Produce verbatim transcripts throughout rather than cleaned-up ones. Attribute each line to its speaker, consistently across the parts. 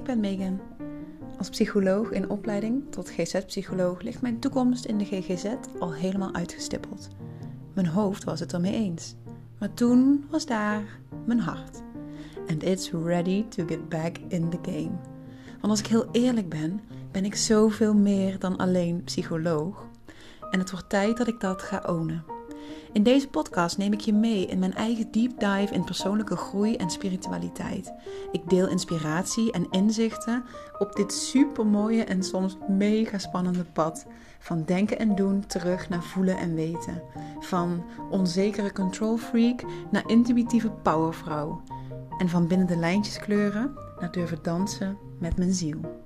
Speaker 1: ben Megan. Als psycholoog in opleiding tot G Z-psycholoog ligt mijn toekomst in de G G Z al helemaal uitgestippeld. Mijn hoofd was het ermee eens. Maar toen was daar mijn hart. And it's ready to get back in the game. Want als ik heel eerlijk ben, ben ik zoveel meer dan alleen psycholoog. En het wordt tijd dat ik dat ga ownen. In deze podcast neem ik je mee in mijn eigen deep dive in persoonlijke groei en spiritualiteit. Ik deel inspiratie en inzichten op dit supermooie en soms mega spannende pad. Van denken en doen terug naar voelen en weten. Van onzekere control freak naar intuïtieve powervrouw. En van binnen de lijntjes kleuren naar durven dansen met mijn ziel.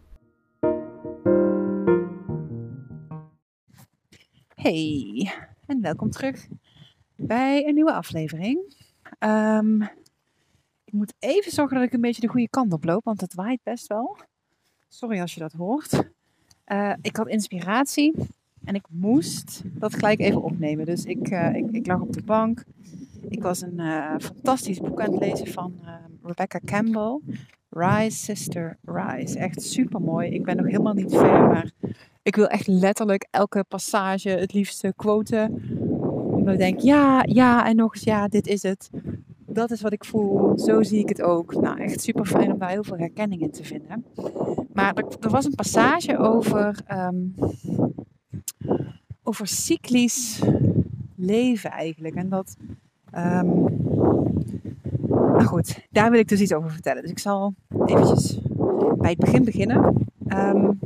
Speaker 1: Hey, en welkom terug bij een nieuwe aflevering. Um, ik moet even zorgen dat ik een beetje de goede kant op loop, want het waait best wel. Sorry als je dat hoort. Uh, ik had inspiratie en ik moest dat gelijk even opnemen. Dus ik, uh, ik, ik lag op de bank. Ik was een uh, fantastisch boek aan het lezen van uh, Rebecca Campbell. Rise, Sister, Rise. Echt super mooi. Ik ben nog helemaal niet ver, maar ik wil echt letterlijk elke passage het liefste quoten. Omdat ik denk, ja, ja en nog eens, ja, dit is het. Dat is wat ik voel. Zo zie ik het ook. Nou, echt super fijn om daar heel veel herkenning in te vinden. Maar er, er was een passage over, um, over cyclisch leven eigenlijk. En dat, um, nou goed, daar wil ik dus iets over vertellen. Dus ik zal eventjes bij het begin beginnen. Um,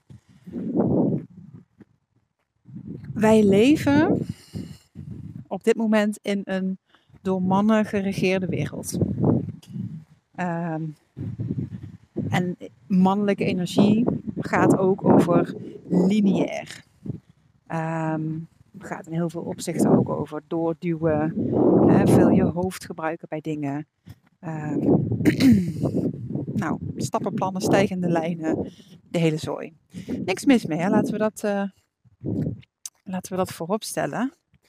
Speaker 1: wij leven op dit moment in een door mannen geregeerde wereld. Um, en mannelijke energie gaat ook over lineair. Um, gaat in heel veel opzichten ook over doorduwen, hè, veel je hoofd gebruiken bij dingen. Um, nou, stappenplannen, stijgende lijnen, de hele zooi. Niks mis mee, hè? Laten we dat, uh, laten we dat voorop stellen.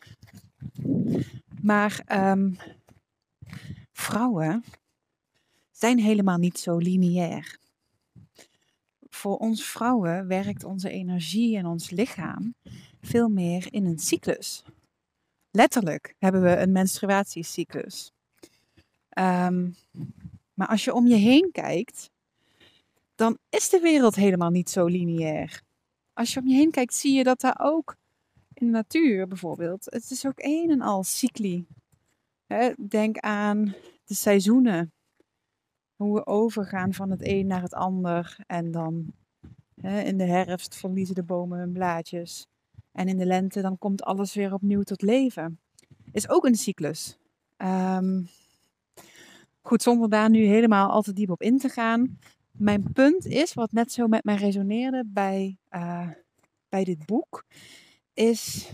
Speaker 1: Maar um, vrouwen zijn helemaal niet zo lineair. Voor ons vrouwen werkt onze energie en ons lichaam veel meer in een cyclus. Letterlijk hebben we een menstruatiecyclus. Um, maar als je om je heen kijkt, dan is de wereld helemaal niet zo lineair. Als je om je heen kijkt, zie je dat daar ook in de natuur bijvoorbeeld, het is ook een en al cycli. He, denk aan de seizoenen. Hoe we overgaan van het een naar het ander. En dan he, in de herfst verliezen de bomen hun blaadjes. En in de lente dan komt alles weer opnieuw tot leven. Is ook een cyclus. Um, goed, zonder daar nu helemaal al te diep op in te gaan. Mijn punt is, wat net zo met mij resoneerde bij, uh, bij dit boek, is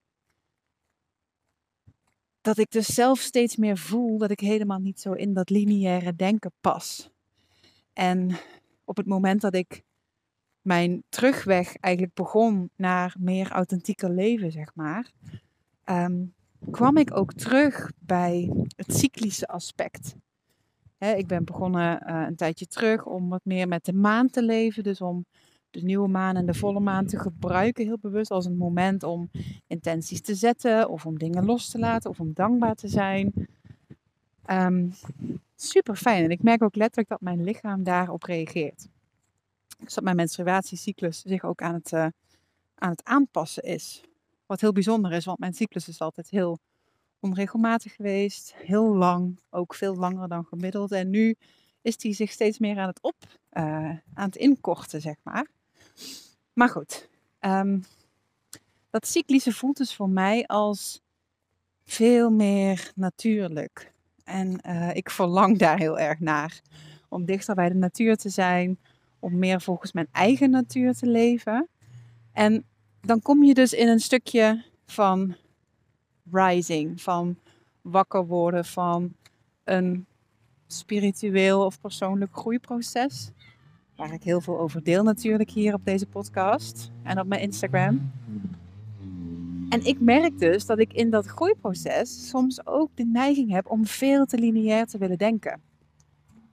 Speaker 1: dat ik dus zelf steeds meer voel dat ik helemaal niet zo in dat lineaire denken pas. En op het moment dat ik mijn terugweg eigenlijk begon naar meer authentieke leven, zeg maar, um, kwam ik ook terug bij het cyclische aspect. He, ik ben begonnen uh, een tijdje terug om wat meer met de maan te leven, dus om de nieuwe maan en de volle maan te gebruiken heel bewust als een moment om intenties te zetten of om dingen los te laten of om dankbaar te zijn. Um, super fijn en ik merk ook letterlijk dat mijn lichaam daarop reageert. Dus dat mijn menstruatiecyclus zich ook aan het, uh, aan het aanpassen is. Wat heel bijzonder is, want mijn cyclus is altijd heel onregelmatig geweest, heel lang, ook veel langer dan gemiddeld. En nu is die zich steeds meer aan het op, uh, aan het inkorten, zeg maar. Maar goed, um, dat cyclische voelt dus voor mij als veel meer natuurlijk. En uh, ik verlang daar heel erg naar. Om dichter bij de natuur te zijn. Om meer volgens mijn eigen natuur te leven. En dan kom je dus in een stukje van rising. Van wakker worden. Van een spiritueel of persoonlijk groeiproces. Waar ik heel veel over deel natuurlijk hier op deze podcast. En op mijn Instagram. En ik merk dus dat ik in dat groeiproces soms ook de neiging heb om veel te lineair te willen denken.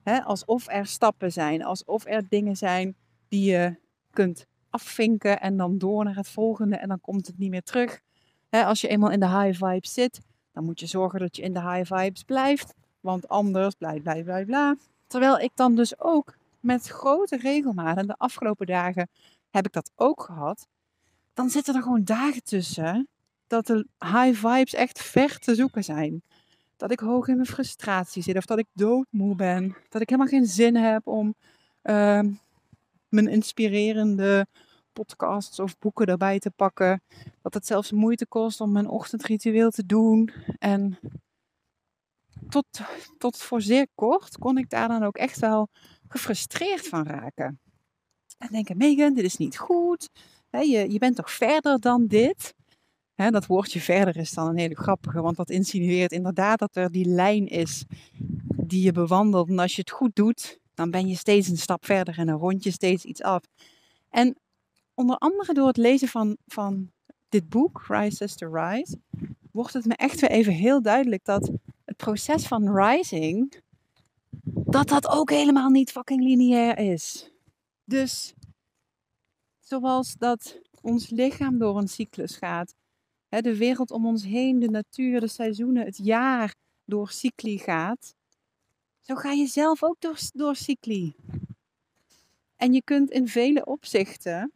Speaker 1: Hè? Alsof er stappen zijn, alsof er dingen zijn die je kunt afvinken en dan door naar het volgende en dan komt het niet meer terug. Hè? Als je eenmaal in de high vibes zit, dan moet je zorgen dat je in de high vibes blijft, want anders bla bla bla bla. Terwijl ik dan dus ook met grote regelmaat, en de afgelopen dagen heb ik dat ook gehad, dan zitten er gewoon dagen tussen dat de high vibes echt ver te zoeken zijn. Dat ik hoog in mijn frustratie zit of dat ik doodmoe ben. Dat ik helemaal geen zin heb om uh, mijn inspirerende podcasts of boeken erbij te pakken. Dat het zelfs moeite kost om mijn ochtendritueel te doen. En tot, tot voor zeer kort kon ik daar dan ook echt wel gefrustreerd van raken. En denken, Megan, dit is niet goed. He, je, je bent toch verder dan dit? He, dat woordje verder is dan een hele grappige, want dat insinueert inderdaad dat er die lijn is die je bewandelt. En als je het goed doet, dan ben je steeds een stap verder en dan rond je steeds iets af. En onder andere door het lezen van, van dit boek, Rise Sister Rise, wordt het me echt weer even heel duidelijk dat het proces van rising, dat dat ook helemaal niet fucking lineair is. Dus zoals dat ons lichaam door een cyclus gaat, hè, de wereld om ons heen, de natuur, de seizoenen, het jaar door cycli gaat, zo ga je zelf ook door, door cycli. En je kunt in vele opzichten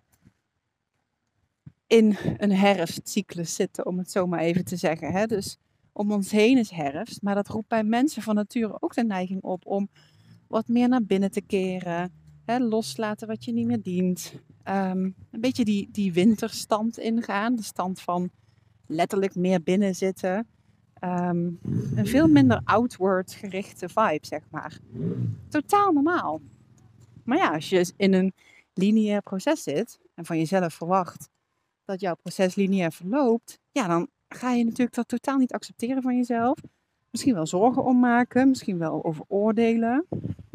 Speaker 1: in een herfstcyclus zitten, om het zo maar even te zeggen. Hè. Dus om ons heen is herfst, maar dat roept bij mensen van nature ook de neiging op om wat meer naar binnen te keren. Hè, loslaten wat je niet meer dient. Um, een beetje die, die winterstand ingaan. De stand van letterlijk meer binnen zitten. Um, een veel minder outward gerichte vibe, zeg maar. Totaal normaal. Maar ja, als je in een lineair proces zit en van jezelf verwacht dat jouw proces lineair verloopt, ja, dan ga je natuurlijk dat totaal niet accepteren van jezelf. Misschien wel zorgen om maken, misschien wel over oordelen.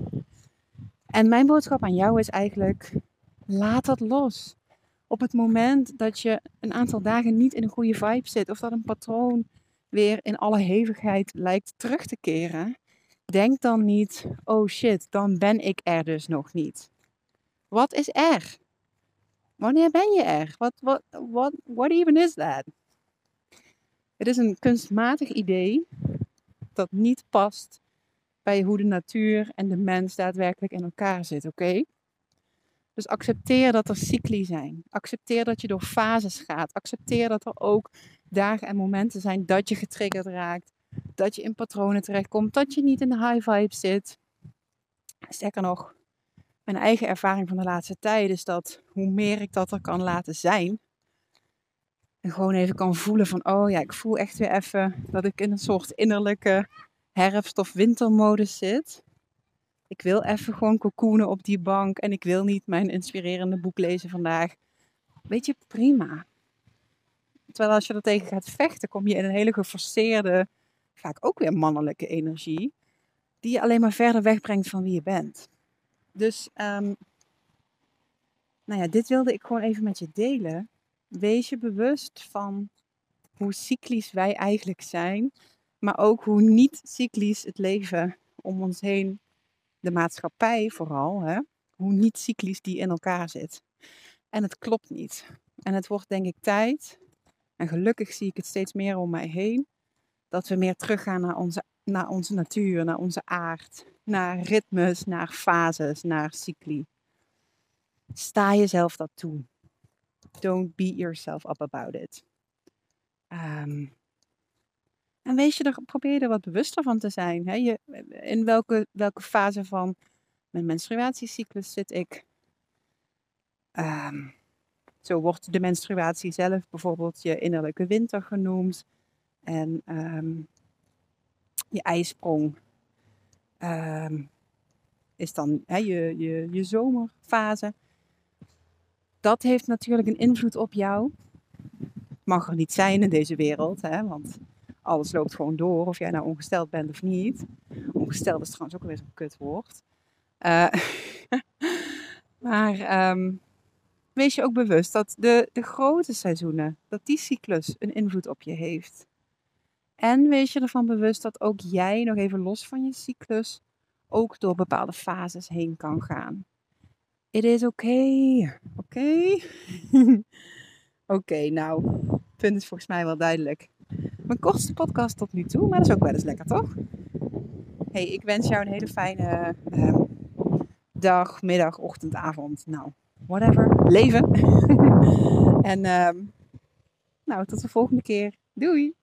Speaker 1: En mijn boodschap aan jou is eigenlijk, laat dat los. Op het moment dat je een aantal dagen niet in een goede vibe zit, of dat een patroon weer in alle hevigheid lijkt terug te keren, denk dan niet, oh shit, dan ben ik er dus nog niet. Wat is er? Wanneer ben je er? What, what, what, what even is that? Het is een kunstmatig idee dat niet past bij hoe de natuur en de mens daadwerkelijk in elkaar zit, oké? Okay? Dus accepteer dat er cycli zijn. Accepteer dat je door fases gaat. Accepteer dat er ook dagen en momenten zijn dat je getriggerd raakt. Dat je in patronen terechtkomt. Dat je niet in de high vibe zit. Sterker nog, mijn eigen ervaring van de laatste tijd is dat hoe meer ik dat er kan laten zijn. En gewoon even kan voelen van, oh ja, ik voel echt weer even dat ik in een soort innerlijke herfst- of wintermodus zit. Ik wil even gewoon cocoonen op die bank en ik wil niet mijn inspirerende boek lezen vandaag. Weet je, prima. Terwijl als je er tegen gaat vechten, kom je in een hele geforceerde, vaak ook weer mannelijke energie, die je alleen maar verder wegbrengt van wie je bent. Dus, um, nou ja, dit wilde ik gewoon even met je delen. Wees je bewust van hoe cyclisch wij eigenlijk zijn, maar ook hoe niet cyclisch het leven om ons heen, de maatschappij vooral, hè, hoe niet cyclisch die in elkaar zit. En het klopt niet. En het wordt denk ik tijd, en gelukkig zie ik het steeds meer om mij heen, dat we meer teruggaan naar onze, naar onze natuur, naar onze aard, naar ritmes, naar fases, naar cycli. Sta jezelf dat toe. Don't beat yourself up about it. Um, en wees je er, probeer er wat bewuster van te zijn. Hè? Je, in welke, welke fase van mijn menstruatiecyclus zit ik? Um, zo wordt de menstruatie zelf bijvoorbeeld je innerlijke winter genoemd. En um, je ijsprong um, is dan hè, je, je, je zomerfase. Dat heeft natuurlijk een invloed op jou. Mag er niet zijn in deze wereld, hè, want alles loopt gewoon door, of jij nou ongesteld bent of niet. Ongesteld is trouwens ook weer zo'n kutwoord. Uh, maar um, wees je ook bewust dat de, de grote seizoenen, dat die cyclus een invloed op je heeft. En wees je ervan bewust dat ook jij, nog even los van je cyclus, ook door bepaalde fases heen kan gaan. It is okay. Oké? Oké, nou, het punt is volgens mij wel duidelijk. Mijn kortste podcast tot nu toe, maar dat is ook wel eens lekker, toch? Hey, ik wens jou een hele fijne uh, dag, middag, ochtend, avond. Nou, whatever. Leven. en uh, nou, tot de volgende keer. Doei!